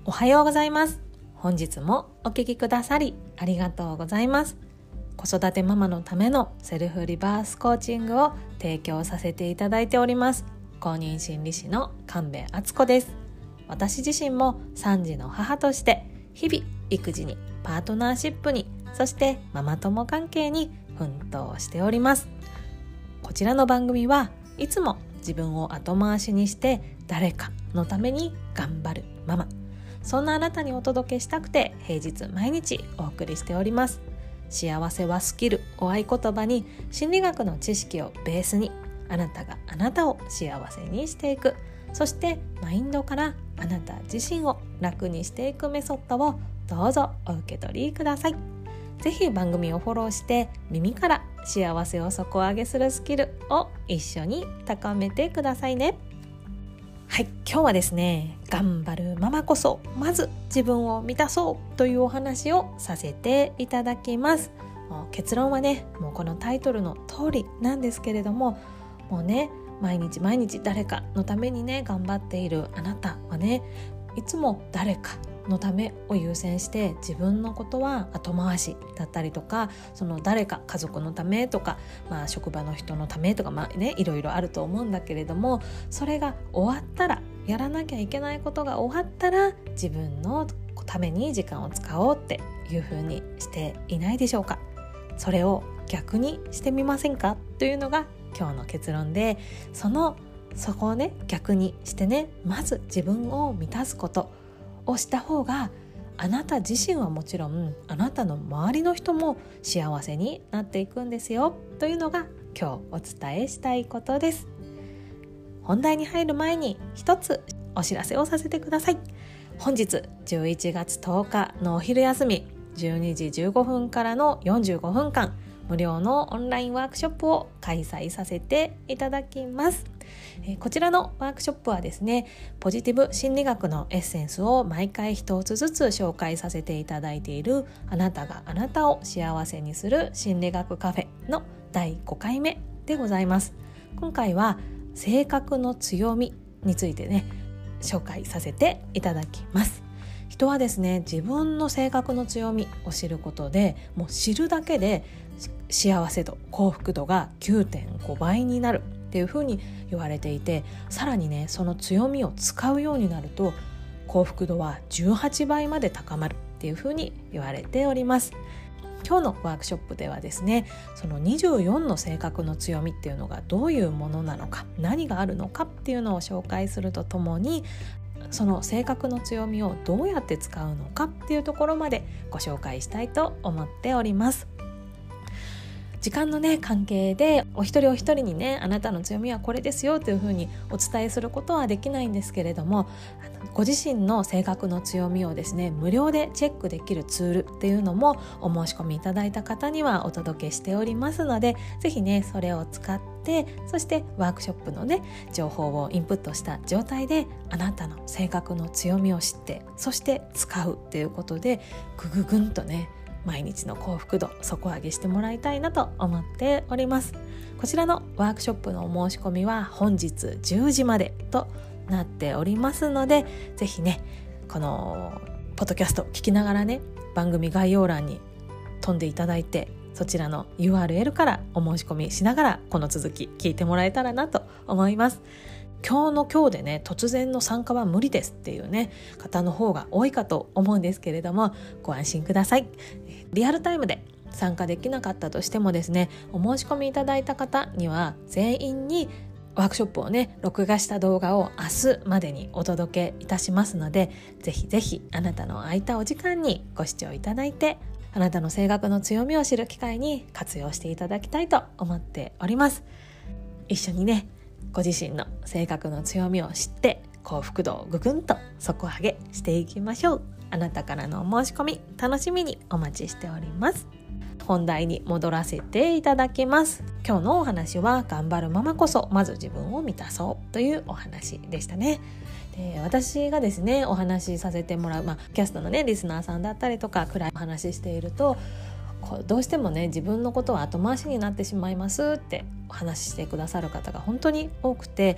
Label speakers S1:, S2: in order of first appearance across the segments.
S1: おはようございます。本日もお聞きくださりありがとうございます。子育てママのためのセルフリバースコーチングを提供させていただいております公認心理師の神戸敦子です。私自身も3児の母として日々育児にパートナーシップにそしてママ友関係に奮闘しております。こちらの番組はいつも自分を後回しにして誰かのために頑張るママ、そんなあなたにお届けしたくて平日毎日お送りしております。幸せはスキルを合言葉に心理学の知識をベースにあなたがあなたを幸せにしていく、そしてマインドからあなた自身を楽にしていくメソッドをどうぞお受け取りください。ぜひ番組をフォローして耳から幸せを底上げするスキルを一緒に高めてくださいね。はい、今日はですね、頑張るママこそまず自分を満たそうというお話をさせていただきます。もう結論はね、もうこのタイトルの通りなんですけれども、もうね、毎日毎日誰かのためにね頑張っているあなたはね、いつも誰かのためを優先して自分のことは後回しだったりとか、その誰か家族のためとか、職場の人のためとか、いろいろあると思うんだけれども、それが終わったら、やらなきゃいけないことが終わったら自分のために時間を使おうっていう風にしていないでしょうか。それを逆にしてみませんかというのが今日の結論で、そこをね逆にしてね、まず自分を満たすことをした方が、あなた自身はもちろんあなたの周りの人も幸せになっていくんですよというのが今日お伝えしたいことです。本題に入る前に一つお知らせをさせてください。本日11月10日のお昼休み12時15分からの45分間無料のオンラインワークショップを開催させていただきます。こちらのワークショップはですね、ポジティブ心理学のエッセンスを毎回一つずつ紹介させていただいている、あなたがあなたを幸せにする心理学カフェの第5回目でございます。今回は性格の強みについてね紹介させていただきます。人はですね、自分の性格の強みを知ることで、もう知るだけで幸せ度、幸福度が 9.5 倍になるっていうふうに言われていて、さらにねその強みを使うようになると幸福度は18倍まで高まるっていうふうに言われております。今日のワークショップではですね、その24の性格の強みっていうのがどういうものなのか、何があるのかっていうのを紹介するとともに、その性格の強みをどうやって使うのかっていうところまでご紹介したいと思っております。時間のね関係でお一人お一人にね、あなたの強みはこれですよというふうにお伝えすることはできないんですけれども、ご自身の性格の強みをですね無料でチェックできるツールっていうのもお申し込みいただいた方にはお届けしておりますので、ぜひねそれを使って、そしてワークショップのね情報をインプットした状態であなたの性格の強みを知って、そして使うっていうことでぐんとね毎日の幸福度底上げしてもらいたいなと思っております。こちらのワークショップのお申し込みは本日10時までとなっておりますので、ぜひねこのポッドキャスト聞きながらね、番組概要欄に飛んでいただいて、そちらの URL からお申し込みしながらこの続き聞いてもらえたらなと思います。今日でね突然の参加は無理ですっていうね方の方が多いかと思うんですけれども、ご安心ください。リアルタイムで参加できなかったとしてもですね、お申し込みいただいた方には全員にワークショップをね録画した動画を明日までにお届けいたしますので、ぜひぜひあなたの空いたお時間にご視聴いただいて、あなたの性格の強みを知る機会に活用していただきたいと思っております。一緒にねご自身の性格の強みを知って幸福度をぐんと底上げしていきましょう。あなたからのお申し込み楽しみにお待ちしております。本題に戻らせていただきます。今日のお話は頑張るママこそまず自分を満たそうというお話でしたね。で、私がですねお話しさせてもらう、キャストのねリスナーさんだったりとか暗いお話ししていると、どうしてもね自分のことは後回しになってしまいますってお話ししてくださる方が本当に多くて、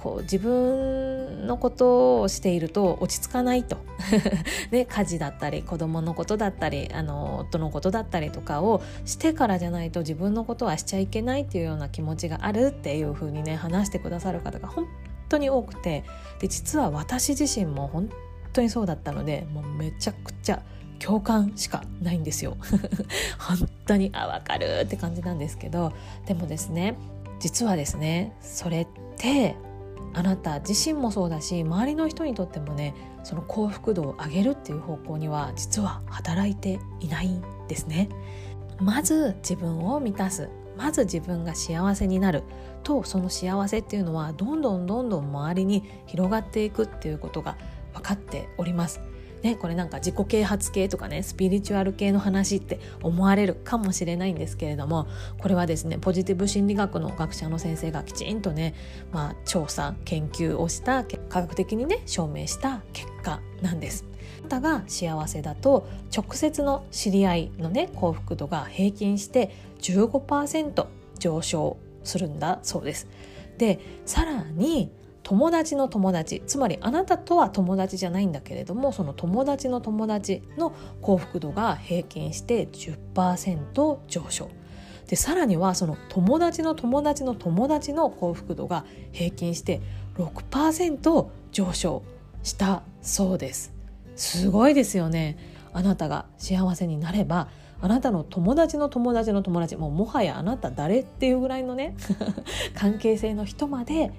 S1: こう自分のことをしていると落ち着かないとね、家事だったり子供のことだったり夫のことだったりとかをしてからじゃないと自分のことはしちゃいけないっていうような気持ちがあるっていう風にね話してくださる方が本当に多くて、で実は私自身も本当にそうだったので、もうめちゃくちゃ共感しかないんですよ本当にわかるって感じなんですけど、でもですね、実はですね、それってあなた自身もそうだし周りの人にとってもね、その幸福度を上げるっていう方向には実は働いていないんですね。まず自分を満たす、まず自分が幸せになると、その幸せっていうのはどんどん周りに広がっていくっていうことが分かっておりますね。これなんか自己啓発系とかね、スピリチュアル系の話って思われるかもしれないんですけれども、これはですね、ポジティブ心理学の学者の先生がきちんとね、調査研究をした科学的にね証明した結果なんです。あなたが幸せだと直接の知り合いのね幸福度が平均して15% 上昇するんだそうです。でさらに友達の友達、つまりあなたとは友達じゃないんだけれども、その友達の友達の幸福度が平均して 10% 上昇で、さらにはその友達の友達の友達の幸福度が平均して 6% 上昇したそうです。すごいですよね。あなたが幸せになれば、あなたの友達の友達の友達、もはやあなた誰っていうぐらいのね関係性の人まで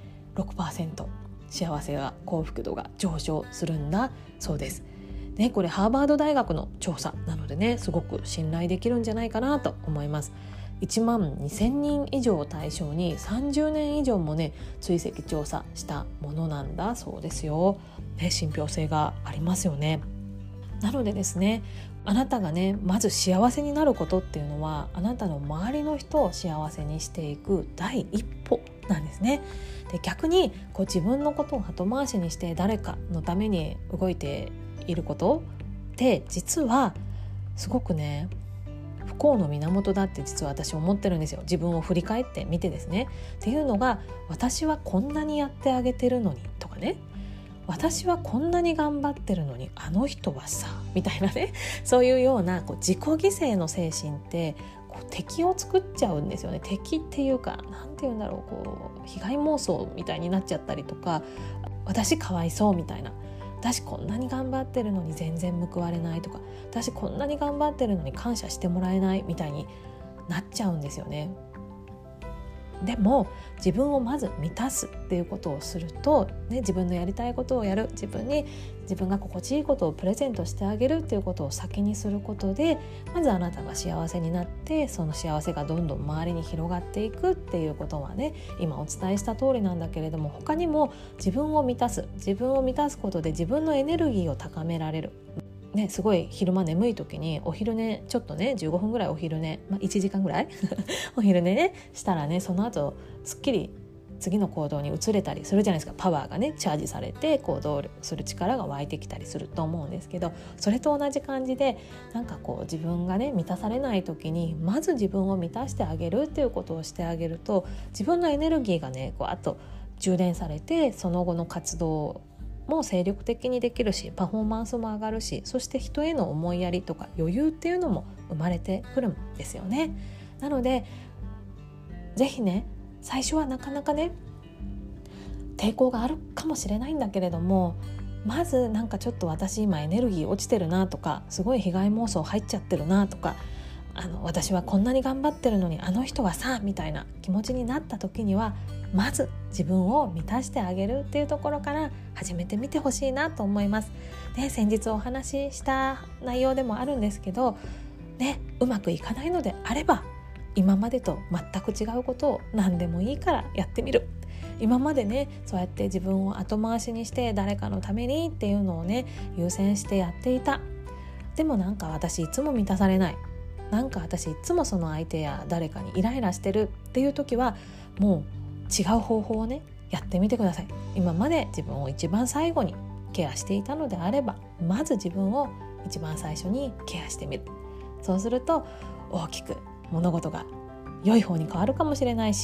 S1: 6% 幸せが幸福度が上昇するんだそうですね。これハーバード大学の調査なのでね、すごく信頼できるんじゃないかなと思います。1万2000人以上を対象に30年以上もね追跡調査したものなんだそうですよ、ね、信憑性がありますよね。なのでですね、あなたがねまず幸せになることっていうのは、あなたの周りの人を幸せにしていく第一歩なんですね。で逆に自分のことを後回しにして誰かのために動いていることって実はすごくね不幸の源だって実は私思ってるんですよ。自分を振り返ってみてですね。っていうのが、私はこんなにやってあげてるのにとかね、私はこんなに頑張ってるのにあの人はさみたいなね、そういうような自己犠牲の精神って敵を作っちゃうんですよね。敵っていうか、なんていうんだろう、被害妄想みたいになっちゃったりとか、私かわいそうみたいな、私こんなに頑張ってるのに全然報われないとか、私こんなに頑張ってるのに感謝してもらえないみたいになっちゃうんですよね。でも自分をまず満たすっていうことをすると、ね、自分のやりたいことをやる、自分が心地いいことをプレゼントしてあげるっていうことを先にすることで、まずあなたが幸せになって、その幸せがどんどん周りに広がっていくっていうことはね、今お伝えした通りなんだけれども、他にも自分を満たすことで自分のエネルギーを高められる。ね、すごい昼間眠い時にお昼寝ちょっとね15分ぐらいお昼寝、1時間ぐらいお昼寝ねしたらね、その後すっきり次の行動に移れたりするじゃないですか。パワーがねチャージされて行動する力が湧いてきたりすると思うんですけど、それと同じ感じで、なんか自分がね満たされない時にまず自分を満たしてあげるっていうことをしてあげると、自分のエネルギーがねあと充電されて、その後の活動も精力的にできるし、パフォーマンスも上がるし、そして人への思いやりとか余裕っていうのも生まれてくるんですよね。なのでぜひね、最初はなかなかね抵抗があるかもしれないんだけれども、まずなんかちょっと私今エネルギー落ちてるなとか、すごい被害妄想入っちゃってるなとか、私はこんなに頑張ってるのにあの人はさみたいな気持ちになった時には、まず自分を満たしてあげるっていうところから始めてみてほしいなと思います。で、先日お話しした内容でもあるんですけど、ね、うまくいかないのであれば、今までと全く違うことを何でもいいからやってみる。今までね、そうやって自分を後回しにして誰かのためにっていうのをね優先してやっていた。でもなんか私いつも満たされない、なんか私いつもその相手や誰かにイライラしてるっていう時は、もう違う方法をねやってみてください。今まで自分を一番最後にケアしていたのであれば、まず自分を一番最初にケアしてみる。そうすると大きく物事が良い方に変わるかもしれないし、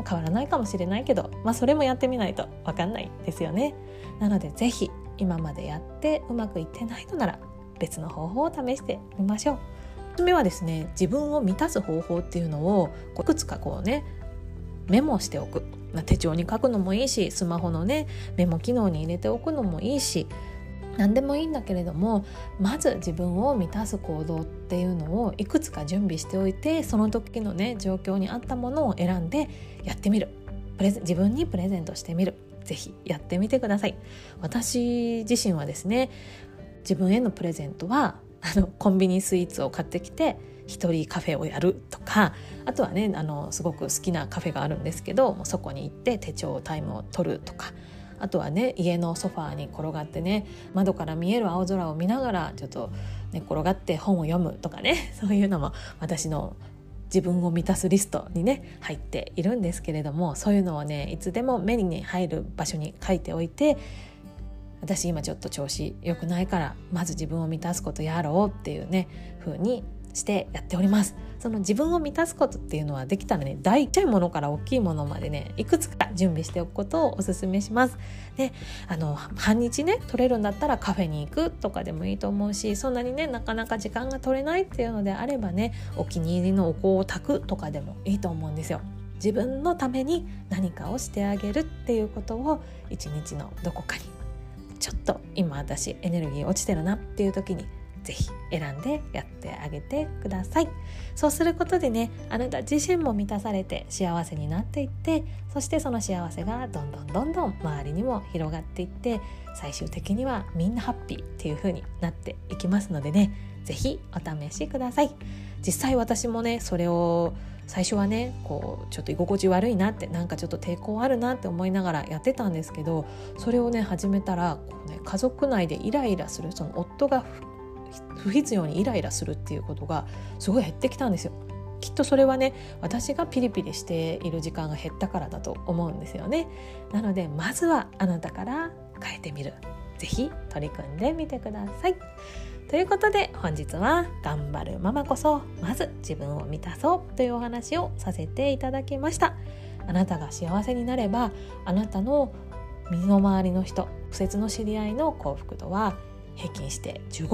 S1: 変わらないかもしれないけど、それもやってみないと分かんないですよね。なのでぜひ今までやってうまくいってないのなら別の方法を試してみましょう。1つ目はですね、自分を満たす方法っていうのをいくつかメモしておく。手帳に書くのもいいし、スマホのメモ機能に入れておくのもいいし、何でもいいんだけれども、まず自分を満たす行動っていうのをいくつか準備しておいて、その時の状況に合ったものを選んでやってみる。自分にプレゼントしてみる。ぜひやってみてください。私自身はですね、自分へのプレゼントはコンビニスイーツを買ってきて一人カフェをやるとか、あとはねすごく好きなカフェがあるんですけど、そこに行って手帳タイムを取るとか、あとはね家のソファーに転がってね、窓から見える青空を見ながらちょっと転がって本を読むとかね、そういうのも私の自分を満たすリストに入っているんですけれども、そういうのをいつでも目に入る場所に書いておいて、私今ちょっと調子良くないからまず自分を満たすことやろうっていう風にしてやっております。その自分を満たすことっていうのはできたら大ちゃいものから大きいものまでいくつか準備しておくことをお勧めします。で、半日取れるんだったらカフェに行くとかでもいいと思うし、そんなになかなか時間が取れないっていうのであればお気に入りのお香を炊くとかでもいいと思うんですよ。自分のために何かをしてあげるっていうことを一日のどこかに、ちょっと今私エネルギー落ちてるなっていう時にぜひ選んでやってあげてください。そうすることであなた自身も満たされて幸せになっていって、そしてその幸せがどんどん周りにも広がっていって、最終的にはみんなハッピーっていう風になっていきますのでぜひお試しください。実際私もそれを最初はちょっと居心地悪いなって、なんかちょっと抵抗あるなって思いながらやってたんですけど、それを始めたら家族内でイライラする、その夫が不必要にイライラするっていうことがすごい減ってきたんですよ。きっとそれは私がピリピリしている時間が減ったからだと思うんですよね。なのでまずはあなたから変えてみる。ぜひ取り組んでみてください。ということで本日は頑張るママこそまず自分を満たそうというお話をさせていただきました。あなたが幸せになれば、あなたの身の回りの人、不切の知り合いの幸福度は平均して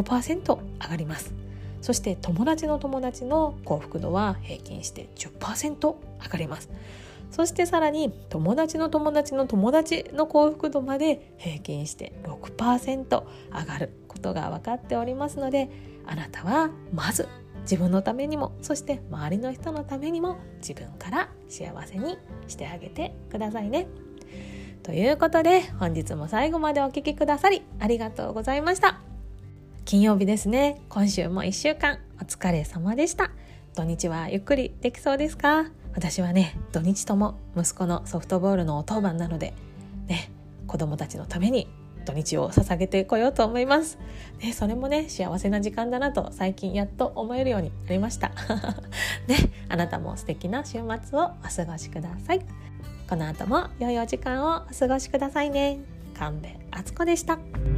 S1: 15% 上がります。そして友達の友達の幸福度は平均して 10% 上がります。そしてさらに友達の友達の友達の幸福度まで平均して 6% 上がることが分かっておりますので、あなたはまず自分のためにも、そして周りの人のためにも自分から幸せにしてあげてくださいね。ということで本日も最後までお聞きくださりありがとうございました。金曜日ですね。今週も1週間お疲れ様でした。土日はゆっくりできそうですか？私は土日とも息子のソフトボールのお当番なので子供たちのために土日を捧げてこようと思います。それも幸せな時間だなと最近やっと思えるようになりましたあなたも素敵な週末をお過ごしください。この後も良いお時間をお過ごしくださいね。神戸敦子でした。